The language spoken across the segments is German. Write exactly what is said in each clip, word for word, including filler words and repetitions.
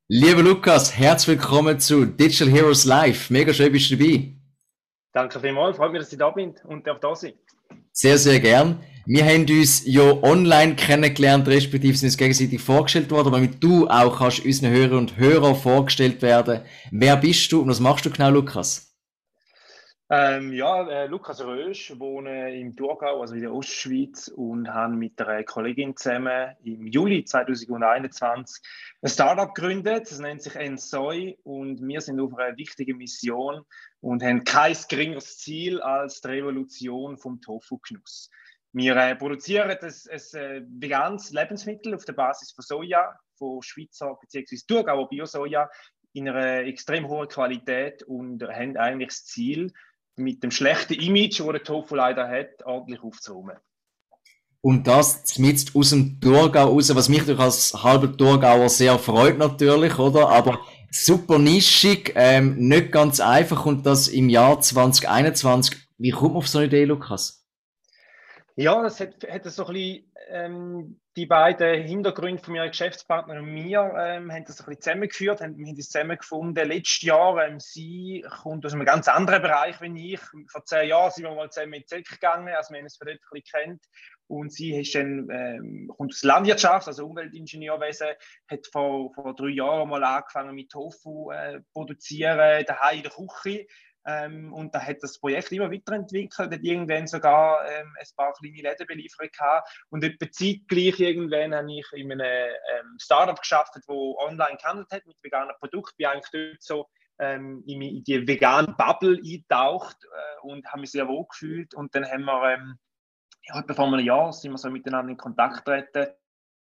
Lieber Lukas, herzlich willkommen zu Digital Heroes Live. Mega schön, bist du dabei. Danke vielmals, freut mich, dass ich da bin und darf da sein. Sehr, sehr gern. Wir haben uns ja online kennengelernt, respektive sind uns gegenseitig vorgestellt worden, damit du auch kannst unseren Hörern und Hörern vorgestellt werden. Wer bist du und was machst du genau, Lukas? Ähm, ja, äh, Lukas Rösch, wohne im Thurgau, also in der Ostschweiz, und habe mit einer Kollegin zusammen im Juli zwanzig einundzwanzig ein Startup gegründet. Das nennt sich Ensoy und wir sind auf einer wichtigen Mission und haben kein geringeres Ziel als die Revolution vom Tofu-Genuss. Wir äh, produzieren ein, ein äh, veganes Lebensmittel auf der Basis von Soja, von Schweizer bzw. Thurgauer Bio-Soja in einer extrem hohen Qualität und haben eigentlich das Ziel, mit dem schlechten Image, das der Tofu leider hat, ordentlich aufzuräumen. Und das mit aus dem Thurgau raus, was mich durch als halber Thurgauer sehr freut natürlich, oder? Aber super nischig, ähm, nicht ganz einfach und das im Jahr zwanzig einundzwanzig. Wie kommt man auf so eine Idee, Lukas? Ja, das hat, hat so ein bisschen, ähm, die beiden Hintergründe von meiner Geschäftspartner und mir ähm, haben das ein bisschen zusammengeführt, haben, wir haben das zusammengefunden. Letztes Jahr, ähm, sie kommt aus einem ganz anderen Bereich wie ich. Vor zehn Jahren sind wir mal zusammen in die Zec gegangen, also wir haben es von dort ein bisschen kennt. Und sie ist dann, ähm, kommt aus Landwirtschaft, also Umweltingenieurwesen, hat vor, vor drei Jahren mal angefangen mit Tofu äh, produzieren, daheim in der Küche. Ähm, und da hat das Projekt immer weiterentwickelt, hat irgendwann sogar ähm, ein paar kleine Läden beliefert gehabt. Und etwa zeitgleich irgendwann habe ich in einem ähm, Startup geschafft, das online gehandelt hat mit veganen Produkten. Bin eigentlich dort so ähm, in, in die vegane Bubble eingetaucht äh, und habe mich sehr wohl gefühlt. Und dann haben wir, ähm, ja, etwa vor einem Jahr sind wir so miteinander in Kontakt getreten.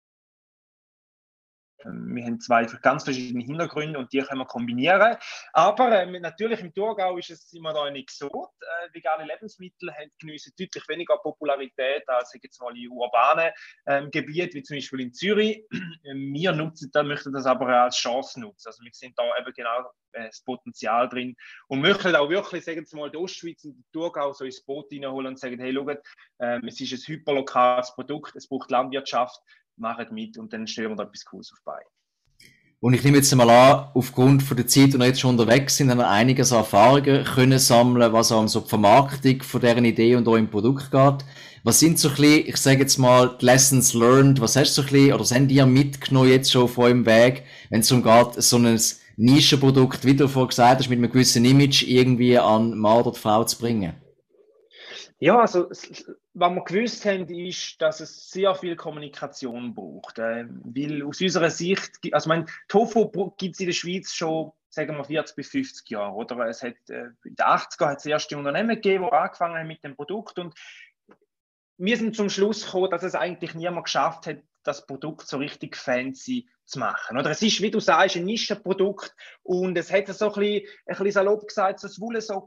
Wir haben zwei ganz verschiedene Hintergründe und die können wir kombinieren. Aber äh, natürlich im Thurgau ist es immer da ein Exot. Äh, vegane Lebensmittel haben, genießen deutlich weniger Popularität als jetzt mal in urbanen ähm, Gebieten, wie zum Beispiel in Zürich. Wir nutzen, da möchten das aber als Chance nutzen. Also wir sehen da eben genau äh, das Potenzial drin und möchten auch wirklich, sagen wir mal, die Ostschweiz und den Thurgau so ins Boot reinholen und sagen, hey, schaut, äh, es ist ein hyperlokales Produkt, es braucht Landwirtschaft, machen mit und dann stellen wir da etwas Cooles auf bei. Und ich nehme jetzt mal an, aufgrund von der Zeit, die wir jetzt schon unterwegs sind, haben wir einiges an Erfahrungen können sammeln, was auch um so die Vermarktung von deren Idee und eurem Produkt geht. Was sind so ein bisschen, ich sage jetzt mal, die Lessons learned, was hast du so ein bisschen, oder was habt ihr mitgenommen jetzt schon auf eurem Weg, wenn es darum geht, so ein Nischenprodukt, wie du vorhin gesagt hast, mit einem gewissen Image irgendwie an Mann oder Frau zu bringen? Ja, also was wir gewusst haben, ist, dass es sehr viel Kommunikation braucht. Äh, weil aus unserer Sicht, also mein Tofu gibt es in der Schweiz schon, sagen wir, vierzig bis fünfzig Jahre. Oder? Es hat, äh, in den achtziger hat es erste Unternehmen gegeben, die angefangen haben mit dem Produkt. Und wir sind zum Schluss gekommen, dass es eigentlich niemand geschafft hat, das Produkt so richtig fancy zu machen. Oder es ist, wie du sagst, ein Nischenprodukt und es hat so ein bisschen, ein bisschen salopp gesagt, so ein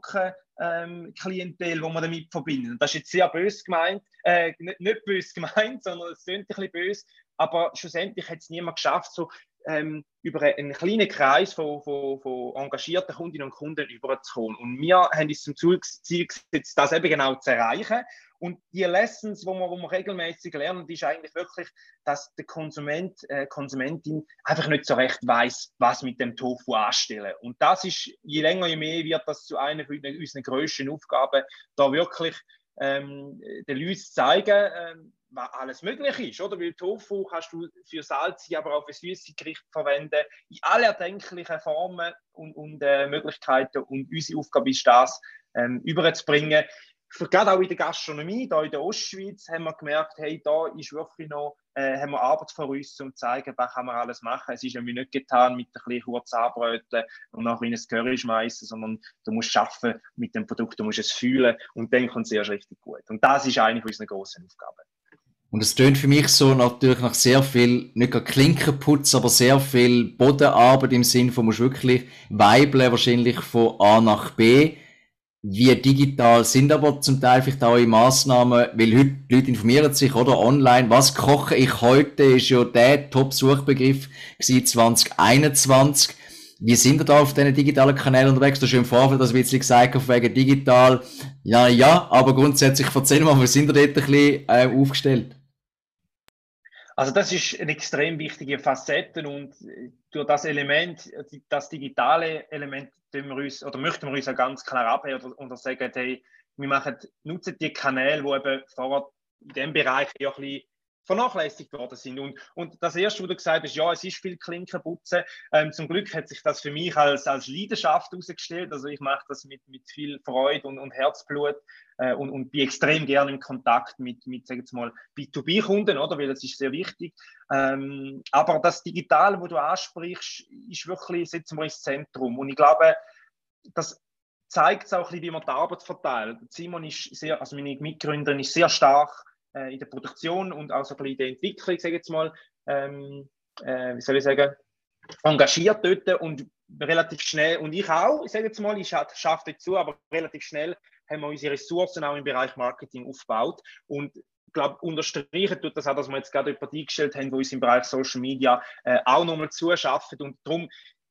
Wollsocken-Klientel, ähm, wo man damit verbindet. Und das ist jetzt sehr böse gemeint, äh, nicht, nicht böse gemeint, sondern es klingt ein bisschen böse, aber schlussendlich hat es niemand geschafft, so ähm, über einen kleinen Kreis von, von, von engagierten Kundinnen und Kunden überzukommen. Und wir haben uns zum Ziel gesetzt, das eben genau zu erreichen. Und die Lessons, die wir, wo wir regelmäßig lernen, ist eigentlich wirklich, dass der Konsument, äh, Konsumentin einfach nicht so recht weiß, was mit dem Tofu anstellen. Und das ist, je länger, je mehr wird das zu einer unserer grössten Aufgaben, da wirklich ähm, den Leuten zu zeigen, ähm, was alles möglich ist, oder? Weil Tofu kannst du für salzige, aber auch für süße Gerichte verwenden, in alle erdenklichen Formen und, und äh, Möglichkeiten. Und unsere Aufgabe ist das, ähm, überzubringen. Gerade auch in der Gastronomie, hier in der Ostschweiz, haben wir gemerkt, hey, da ist wirklich noch, äh, haben wir Arbeit vor uns, um zu zeigen, was kann man alles machen. Es ist nämlich nicht getan mit ein bisschen kurz anbröteln und nachher in ein Curry schmeißen, sondern du musst arbeiten mit dem Produkt, du musst es fühlen und dann kommt es erst richtig gut. Und das ist eine unserer grossen Aufgaben. Und es tönt für mich so natürlich nach sehr viel, nicht gar Klinkenputz, aber sehr viel Bodenarbeit im Sinn von, musst wirklich weibeln, wahrscheinlich von A nach B. Wie digital sind aber zum Teil vielleicht auch eure Massnahmen, weil heute die Leute informieren sich, oder, online. Was koche ich heute, ist ja der Top-Suchbegriff gewesen zwanzig einundzwanzig. Wie sind ihr da auf diesen digitalen Kanälen unterwegs? Du hast schon im Vorfeld das ein bisschen gesagt, auf wegen digital. Ja, ja, aber grundsätzlich erzähl mal, wie sind ihr dort ein bisschen äh, aufgestellt? Also das ist eine extrem wichtige Facette und durch das Element, das digitale Element, wir uns, oder möchten wir uns ja ganz klar abheben oder, oder sagen, hey, wir machen, nutzen die Kanäle, die eben vorher in diesem Bereich ja ein bisschen vernachlässigt worden sind. Und, und das Erste, was du gesagt hast, ja, es ist viel Klinkenputzen. Ähm, zum Glück hat sich das für mich als, als Leidenschaft herausgestellt. Also ich mache das mit, mit viel Freude und, und Herzblut äh, und, und bin extrem gerne im Kontakt mit, mit sagen wir mal, B zwei B-Kunden, oder? Weil das ist sehr wichtig. Ähm, aber das Digitale, wo du ansprichst, ist wirklich, setzen wir ins Zentrum. Und ich glaube, das zeigt es auch ein bisschen, wie man die Arbeit verteilt. Simon ist sehr, also meine Mitgründerin ist sehr stark in der Produktion und auch so ein bisschen in der Entwicklung, sage ich jetzt mal, ähm, äh, wie soll ich sagen, engagiert dort und relativ schnell, und ich auch, ich sage jetzt mal, ich schaffe dazu, aber relativ schnell haben wir unsere Ressourcen auch im Bereich Marketing aufgebaut und ich glaube, unterstreichen tut das auch, dass wir jetzt gerade jemanden eingestellt haben, der uns im Bereich Social Media äh, auch nochmal zuschafft und darum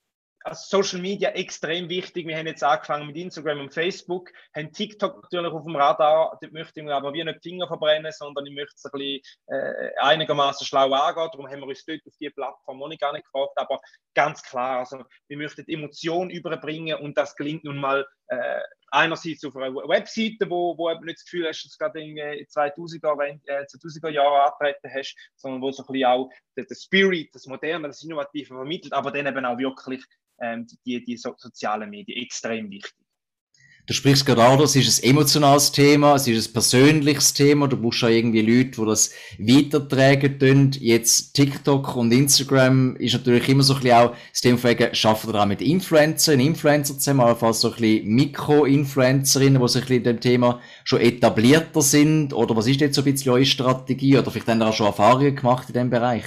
also Social Media extrem wichtig. Wir haben jetzt angefangen mit Instagram und Facebook, haben TikTok natürlich auf dem Radar. Dort möchte ich mir aber wie nicht die Finger verbrennen, sondern ich möchte es ein bisschen äh, einigermaßen schlau angehen. Darum haben wir uns dort auf diese Plattform noch nicht gar nicht gefragt. Aber ganz klar, also wir möchten Emotionen überbringen und das gelingt nun mal äh, einerseits auf einer Webseite, wo, wo du nicht das Gefühl hast, dass du gerade in äh, zweitausender, äh, zweitausender Jahren angetreten hast, sondern wo so ein bisschen auch der, der Spirit, das Moderne, das Innovative vermittelt, aber dann eben auch wirklich ähm, die, die so, sozialen Medien extrem wichtig. Du sprichst gerade an, es ist ein emotionales Thema, es ist ein persönliches Thema, du brauchst auch irgendwie Leute, die das weitertragen können. Jetzt TikTok und Instagram ist natürlich immer so ein bisschen auch das Thema von wegen, arbeitet ihr auch mit Influencern, Influencer zusammen, allenfalls so ein bisschen Mikro-Influencerinnen, die sich ein bisschen in dem Thema schon etablierter sind, oder was ist jetzt so ein bisschen eure Strategie, oder vielleicht haben ihr auch schon Erfahrungen gemacht in diesem Bereich?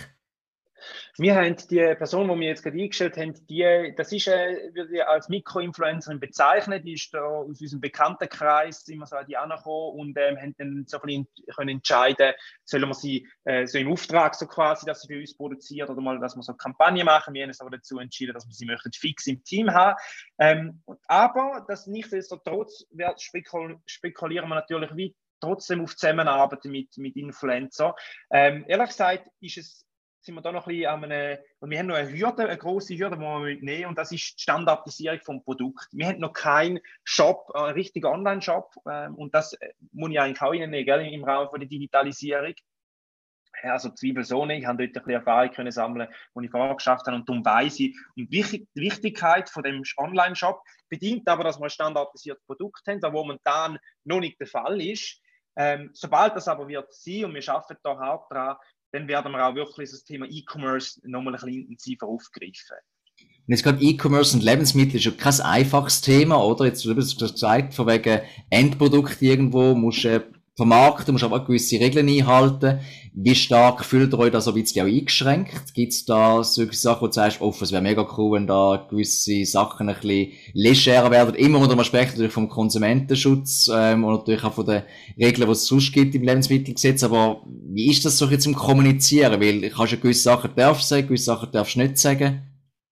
Wir haben die Person, die wir jetzt gerade eingestellt haben, die, das ist, äh, würde ich als Mikroinfluencerin bezeichnen, die ist da aus unserem Bekanntenkreis immer so an die angekommen und ähm, haben dann so ein bisschen können entscheiden, sollen wir sie äh, so im Auftrag so quasi, dass sie für uns produziert oder mal, dass wir so eine Kampagne machen. Wir haben uns aber dazu entschieden, dass wir sie möchten fix im Team haben. Ähm, aber das nichtsdestotrotz spekul spekulieren wir natürlich wie trotzdem auf Zusammenarbeit mit, mit Influencer. Ähm, ehrlich gesagt ist es sind wir da noch ein bisschen an einem, und wir haben noch eine Hürde, eine grosse Hürde, die wir mitnehmen, und das ist die Standardisierung vom Produkt. Wir haben noch keinen Shop, einen richtigen Online-Shop, ähm, und das muss ich eigentlich auch Ihnen gell, im Rahmen von der Digitalisierung. Also zweifelsohne, ich habe dort ein bisschen Erfahrung können sammeln, die ich vorher geschafft habe, und darum weiss ich um die Wichtigkeit von dem Online-Shop, bedingt aber, dass wir ein standardisiertes Produkt haben, das momentan noch nicht der Fall ist. Ähm, sobald das aber wird sein, und wir arbeiten da hart dran, dann werden wir auch wirklich das Thema E-Commerce nochmal ein bisschen intensiver aufgreifen. Und jetzt gerade E-Commerce und Lebensmittel ist ja kein einfaches Thema, oder? Jetzt, du hast gesagt, von wegen Endprodukt irgendwo, musst äh, vermarkten, musst aber auch gewisse Regeln einhalten. Wie stark fühlt ihr euch da so ein bisschen auch eingeschränkt? Gibt es da solche Sachen, wo du sagst, oh, es wäre mega cool, wenn da gewisse Sachen ein bisschen legerer werden? Immer unter dem Aspekt natürlich vom Konsumentenschutz ähm, und natürlich auch von den Regeln, die es sonst gibt im Lebensmittelgesetz. Aber wie ist das so jetzt im Kommunizieren? Weil kannst du gewisse Sachen darfst sagen, gewisse Sachen darfst du nicht sagen.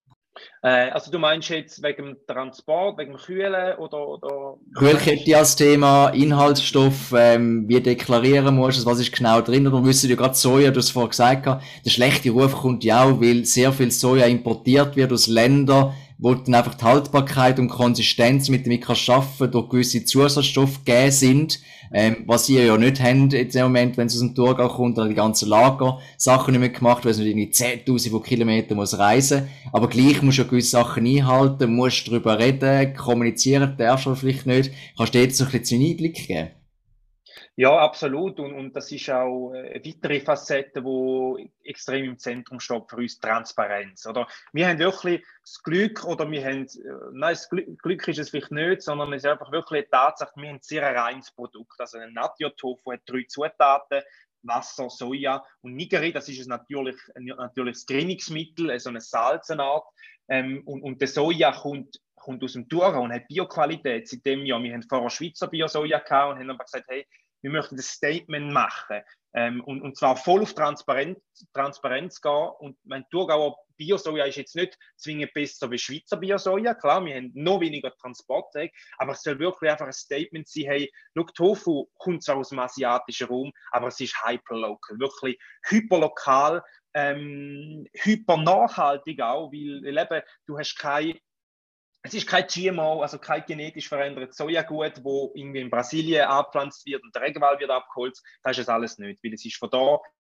Also du meinst jetzt wegen dem Transport, wegen dem Kühlen oder... oder Kühlkette als Thema, Inhaltsstoff, ähm, wie deklarieren musst du, was ist genau drin, oder wir wissen ja gerade Soja, du hast es vorhin gesagt, der schlechte Ruf kommt ja auch, weil sehr viel Soja importiert wird aus Ländern, wo dann einfach die Haltbarkeit und Konsistenz mit dem ich kann schaffen durch gewisse Zusatzstoffe gegeben sind, ähm, was ihr ja nicht habt in dem Moment, wenn es aus dem Thurgau kommt, oder die ganzen Lagersachen nicht mehr gemacht, weil es nicht irgendwie zehntausend von Kilometern muss reisen, aber gleich musst du ja gewisse Sachen einhalten, musst drüber reden, kommunizieren darfst du vielleicht nicht. Kannst du dir jetzt so ein bisschen Einblick geben? Ja, absolut. Und, und das ist auch eine weitere Facette, die extrem im Zentrum steht für uns, Transparenz. Oder? Wir haben wirklich das Glück, oder wir haben, nein, das Glück, Glück ist es vielleicht nicht, sondern es ist einfach wirklich eine Tatsache, wir haben ein sehr reines Produkt. Also ein Nadio-Tofu hat drei Zutaten, Wasser, Soja und Nigeri, das ist es natürlich, natürlich das Gerinnungsmittel, also eine Salzenart. Ähm, und, und der Soja kommt, kommt aus dem Thurgau und hat Bioqualität. Seitdem ja, wir haben vorher Schweizer Bio-Soja gehabt und haben aber gesagt, hey, wir möchten das Statement machen. Ähm, und, und zwar voll auf Transparenz, Transparenz gehen. Und mein Thurgauer Bio-Soja ist jetzt nicht zwingend besser wie Schweizer Bio-Soja. Klar, wir haben noch weniger Transport, aber es soll wirklich einfach ein Statement sein, hey, schau, Tofu kommt zwar aus dem asiatischen Raum, aber es ist hyperlocal, wirklich hyperlokal, ähm, hyper nachhaltig auch, weil, weil eben, du hast kein Es ist kein G M O, also kein genetisch verändertes Sojagut, wo irgendwie in Brasilien abgepflanzt wird und der Regenwald wird abgeholzt. Das ist es alles nicht, weil es ist von da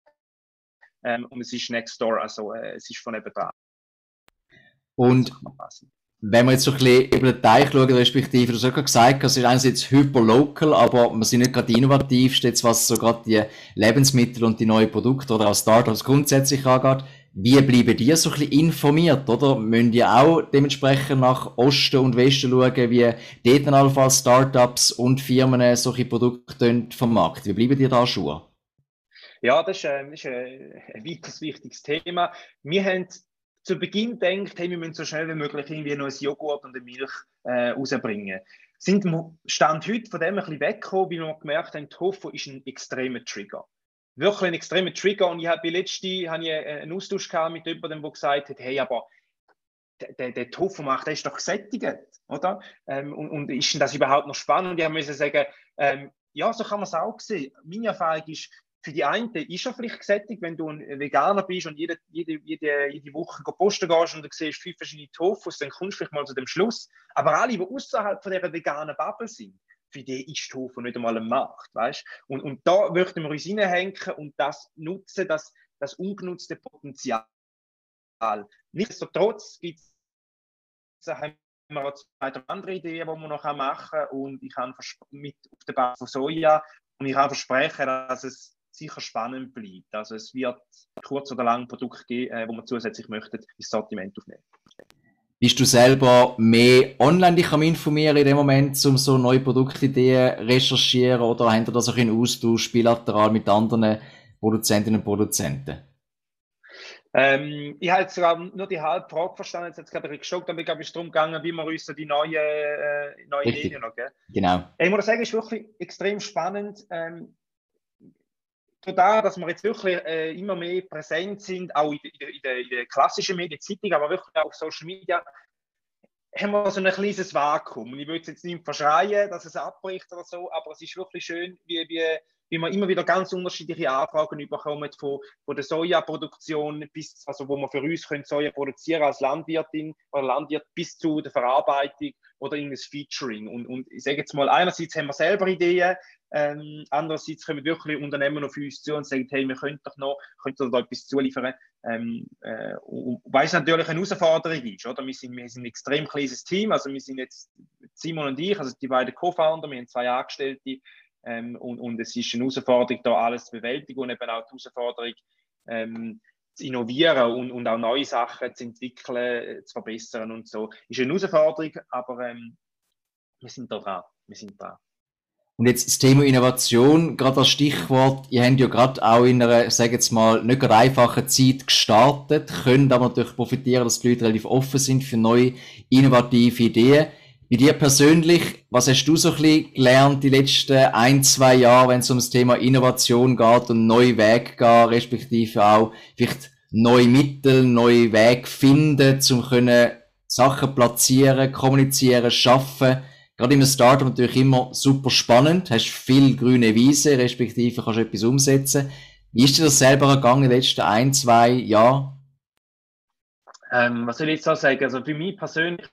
ähm, und es ist next door, also äh, es ist von nebenan. Und wenn wir jetzt so ein bisschen über den Teich schauen, respektive, du hast ja gerade gesagt, es ist einerseits hyperlocal, aber wir sind nicht gerade die innovativsten, jetzt was so gerade die Lebensmittel und die neuen Produkte oder auch Startups grundsätzlich angeht. Wie bleiben die so ein bisschen informiert, oder? Müssen die auch dementsprechend nach Osten und Westen schauen, wie dort dann allenfalls Startups und Firmen solche Produkte vermarkten? Wie bleiben die da schuhe? Ja, das ist, äh, das ist äh, ein weiteres wichtiges Thema. Wir haben zu Beginn gedacht, hey, wir müssen so schnell wie möglich irgendwie noch ein Joghurt und eine Milch äh, rausbringen. Sind wir Stand heute von dem ein bisschen weggekommen, weil wir gemerkt haben, Tofu ist ein extremer Trigger. Wirklich ein extremer Trigger. Und ich habe letzte habe ich einen Austausch gehabt mit jemandem, der gesagt hat, hey, aber der, der Tofu macht, der ist doch gesättigt, oder? Ähm, und, und ist das überhaupt noch spannend? Und ich musste sagen, ähm, ja, so kann man es auch sehen. Meine Erfahrung ist, für die einen ist er vielleicht gesättigt, wenn du ein Veganer bist und jede, jede, jede, jede Woche posten gehst und du siehst fünf verschiedene Tofus, dann kommst du vielleicht mal zu dem Schluss. Aber alle, die außerhalb von dieser veganen Bubble sind, für die ist Tofu nicht einmal ein Markt, weißt? Und, und da möchten wir uns reinhängen und das nutzen, das, das ungenutzte Potenzial. Nichtsdestotrotz gibt es haben wir zwei andere Ideen, die wir noch machen können. Und ich kann mit auf der Basis von Soja und ich kann versprechen, dass es sicher spannend bleibt. Also es wird kurz oder lang Produkte geben, äh, wo man zusätzlich möchte, ins Sortiment aufnehmen. Bist du selber mehr online dich am informieren in dem Moment, um so neue Produktideen recherchieren, oder habt ihr das auch in Austausch bilateral mit anderen Produzentinnen und Produzenten? Ähm, ich habe jetzt sogar nur die halbe Frage verstanden, jetzt hat es gerade gestockt, aber ich glaube, es ist darum gegangen, wie wir uns so die neuen äh, neue Ideen noch geben. Genau. Ich muss sagen, es ist wirklich extrem spannend. Ähm, da, dass wir jetzt wirklich äh, immer mehr präsent sind, auch in der, in der, in der klassischen Medienzeitung, aber wirklich auch auf Social Media, haben wir so ein kleines Vakuum. Und ich will jetzt nicht verschreien, dass es abbricht oder so, aber es ist wirklich schön, wie, wie, wie wir immer wieder ganz unterschiedliche Anfragen bekommen, von, von der Sojaproduktion bis, also wo wir für uns können Soja produzieren als Landwirtin oder Landwirt, bis zu der Verarbeitung oder irgendein Featuring. Und, und ich sage jetzt mal, einerseits haben wir selber Ideen, ähm, andererseits kommen wirklich Unternehmen auf uns zu und sagen, hey, wir können doch noch, könnt ihr da etwas zuliefern. Ähm, äh, weil es natürlich eine Herausforderung ist, oder? Wir sind, wir sind ein extrem kleines Team, also wir sind jetzt Simon und ich, also die beiden Co-Founder, wir haben zwei Angestellte, ähm, und, und es ist eine Herausforderung, da alles zu bewältigen und eben auch die Herausforderung, ähm, zu innovieren und, und auch neue Sachen zu entwickeln, zu verbessern und so. Ist eine Herausforderung, aber ähm, wir sind da dran, wir sind dran. Und jetzt das Thema Innovation, gerade als Stichwort, ihr habt ja gerade auch in einer, sage jetzt mal, nicht gerade einfachen Zeit gestartet, könnt aber natürlich profitieren, dass die Leute relativ offen sind für neue, innovative Ideen. Bei dir persönlich, was hast du so ein bisschen gelernt die letzten ein, zwei Jahre, wenn es um das Thema Innovation geht und neue Wege gehen, respektive auch vielleicht neue Mittel, neue Wege finden, um können Sachen platzieren, kommunizieren, schaffen? Gerade im Startup natürlich immer super spannend, hast viel grüne Wiese, respektive kannst du etwas umsetzen. Wie ist dir das selber gegangen in den letzten ein, zwei Jahren? Ähm, was soll ich jetzt so sagen? Also für mich persönlich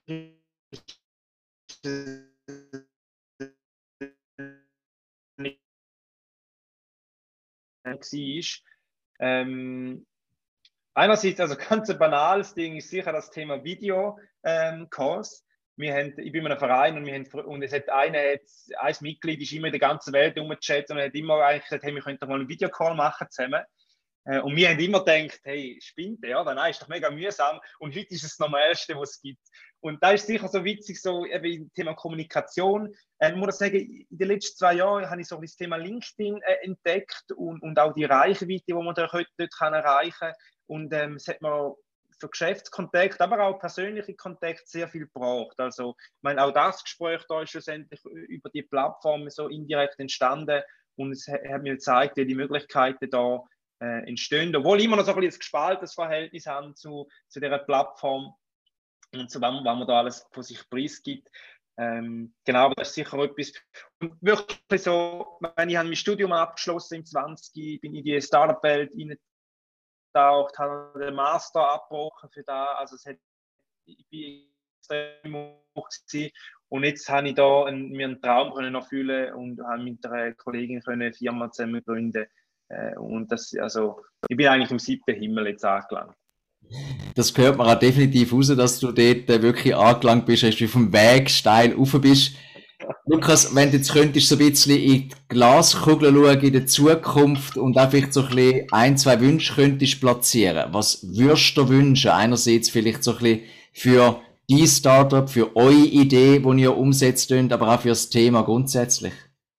war, ähm, einerseits, also ganz ein banales Ding ist sicher das Thema Video-Calls. Ähm, wir haben, ich bin in einem Verein und, wir haben, und es hat eine, ein Mitglied ist immer in der ganzen Welt rumgechattet und hat immer eigentlich gesagt, hey, wir könnten mal einen Videocall machen zusammen. Äh, und wir haben immer gedacht, hey, spinnt der? Ja, nein, ist doch mega mühsam. Und heute ist es das Normalste, was es gibt. Und da ist sicher so witzig, so eben im Thema Kommunikation. Äh, ich muss sagen, in den letzten zwei Jahren habe ich so das Thema LinkedIn äh, entdeckt und, und auch die Reichweite, die man dort, dort kann erreichen kann. Und ähm, es hat mir für Geschäftskontakt, aber auch persönliche Kontakt sehr viel gebraucht. Also, ich meine, auch das Gespräch da ist schlussendlich über die Plattform so indirekt entstanden. und es hat mir gezeigt, wie die Möglichkeiten da äh, entstehen, obwohl ich immer noch so ein bisschen ein gespaltenes Verhältnis haben zu, zu dieser Plattform und zu was man da alles von sich preisgibt. Ähm, genau, aber das ist sicher etwas. Und wirklich so, wenn ich habe mein Studium abgeschlossen im zwanzig, bin in die Startup-Welt reingetaucht, habe den Master abgebrochen für da, also es hat, ich bin extrem hoch gewesen. Und jetzt habe ich da einen, mir einen Traum können erfüllen und habe mit einer Kollegin können eine Firma zusammen gründen. Äh, und das, also, ich bin eigentlich im siebten Himmel jetzt angelangt. Das hört man auch definitiv raus, dass du dort wirklich angelangt bist, dass du vom Weg steil rauf bist. Lukas, wenn du jetzt könntest so ein bisschen in die Glaskugel schauen, in der Zukunft und auch vielleicht so ein bisschen ein, zwei Wünsche könntest platzieren, was würdest du wünschen? Einerseits vielleicht so ein bisschen für die Startup, für eure Idee, die ihr umsetzt, aber auch für das Thema grundsätzlich.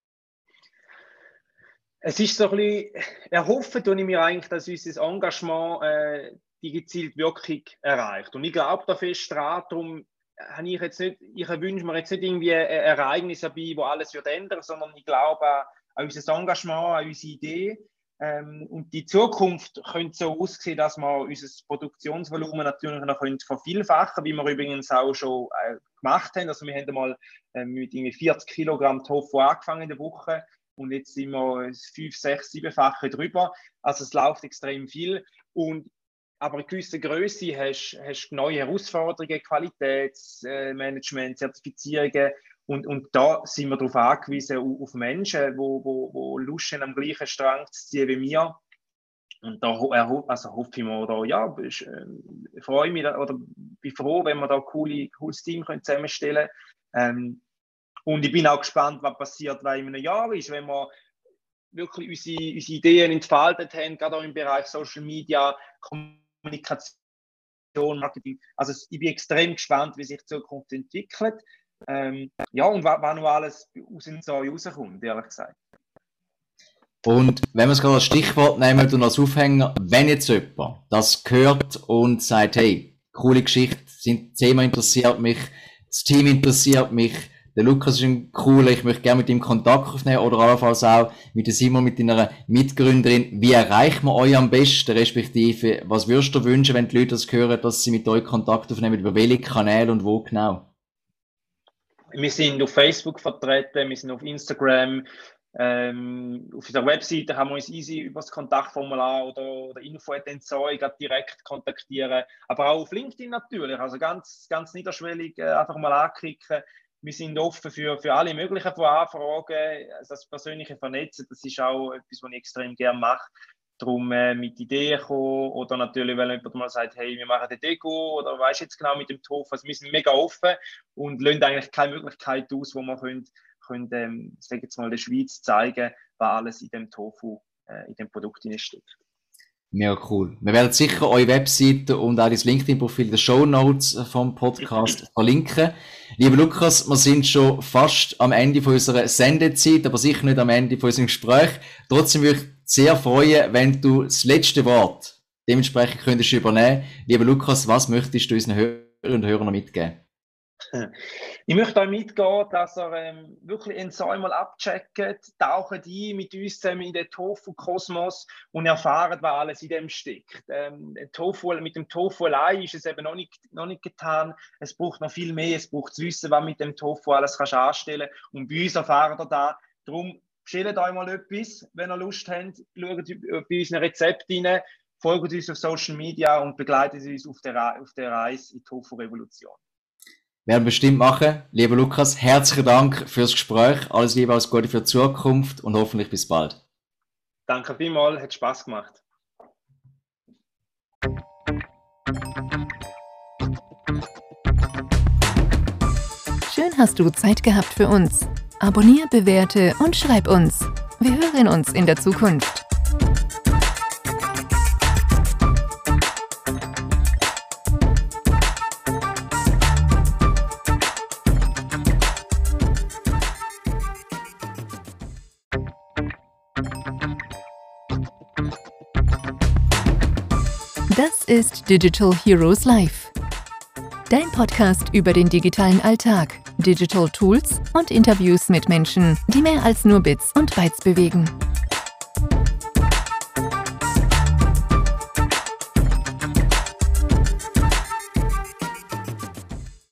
Es ist so ein bisschen, erhoffen tue ich mir eigentlich, dass unser Engagement äh, die gezielte Wirkung erreicht. Und ich glaube da fest dran, darum habe ich jetzt nicht, ich wünsche mir jetzt nicht irgendwie ein Ereignis dabei, wo alles wird ändern, sondern ich glaube an, an unser Engagement, an unsere Idee. Ähm, und die Zukunft könnte so aussehen, dass wir unser Produktionsvolumen natürlich noch vervielfachen können, wie wir übrigens auch schon äh, gemacht haben. Also wir haben einmal äh, mit irgendwie vierzig Kilogramm Tofu angefangen in der Woche und jetzt sind wir fünf, sechs, siebenfache drüber. Also es läuft extrem viel. Und aber eine gewisse Größe hast du neue Herausforderungen, Qualitätsmanagement, Zertifizierungen. Und, und da sind wir darauf angewiesen, auf Menschen, die wo, wo, wo Lust haben, am gleichen Strang zu ziehen wie wir. Und da also hoffe ich mir, da, ja, ich, äh, freue mich oder bin froh, wenn wir da ein coole, cooles Team können zusammenstellen können. Ähm, und ich bin auch gespannt, was passiert, weil in einem Jahr ist, wenn wir wirklich unsere, unsere Ideen entfaltet haben, gerade auch im Bereich Social Media, Kommunikation, Marketing. Also ich bin extrem gespannt, wie sich die Zukunft entwickelt. Ähm, ja, und was, was noch alles aus uns rauskommt, ehrlich gesagt. Und wenn wir es gerade als Stichwort nehmen und als Aufhänger, wenn jetzt jemand das hört und sagt, hey, coole Geschichte, das Thema interessiert mich, das Team interessiert mich, der Lukas ist ein cooler, ich möchte gerne mit ihm Kontakt aufnehmen oder allenfalls auch mit der Simon, mit deiner Mitgründerin. Wie erreicht man euch am besten, respektive was würdest du wünschen, wenn die Leute das hören, dass sie mit euch Kontakt aufnehmen, über welche Kanäle und wo genau? Wir sind auf Facebook vertreten, wir sind auf Instagram, ähm, auf unserer Webseite haben wir uns easy über das Kontaktformular oder, oder Info at Enjoy direkt kontaktieren, aber auch auf LinkedIn natürlich, also ganz, ganz niederschwellig äh, einfach mal anklicken. Wir sind offen für, für alle möglichen von Anfragen, also das persönliche Vernetzen, das ist auch etwas, was ich extrem gerne mache. Darum äh, mit Ideen kommen oder natürlich, wenn jemand mal sagt, hey, wir machen eine Deko oder weißt jetzt genau mit dem Tofu. Also wir sind mega offen und lassen eigentlich keine Möglichkeit aus, wo wir können, können ähm, sag jetzt mal, der Schweiz zeigen, was alles in dem Tofu, äh, in dem Produkt steckt. Mega cool. Wir werden sicher eure Webseite und auch das LinkedIn-Profil, die Shownotes vom Podcast verlinken. Lieber Lukas, wir sind schon fast am Ende von unserer Sendezeit, aber sicher nicht am Ende von unserem Gespräch. Trotzdem würde ich sehr freuen, wenn du das letzte Wort dementsprechend könntest übernehmen. Lieber Lukas, was möchtest du unseren Hörern und Hörern noch mitgeben? Ich möchte euch mitgehen, dass ihr ähm, wirklich Enjoy mal abcheckt, taucht ein mit uns zusammen in den Tofu-Kosmos und erfahrt, was alles in dem steckt. Ähm, Tofu, mit dem Tofu allein ist es eben noch nicht, noch nicht getan. Es braucht noch viel mehr. Es braucht zu wissen, was mit dem Tofu alles kannst anstellen. Und bei uns erfahrt ihr da. Darum bestellt euch mal etwas, wenn ihr Lust habt. Schaut bei unseren Rezepten rein, folgt uns auf Social Media und begleitet uns auf der, auf der Reise in die Tofu-Revolution. Werden bestimmt machen. Lieber Lukas, herzlichen Dank fürs Gespräch. Alles Liebe, alles Gute für die Zukunft und hoffentlich bis bald. Danke vielmals, hat Spaß gemacht. Schön hast du Zeit gehabt für uns. Abonnier, bewerte und schreib uns. Wir hören uns in der Zukunft. Das ist Digital Heroes Live, dein Podcast über den digitalen Alltag. Digital Tools und Interviews mit Menschen, die mehr als nur Bits und Bytes bewegen.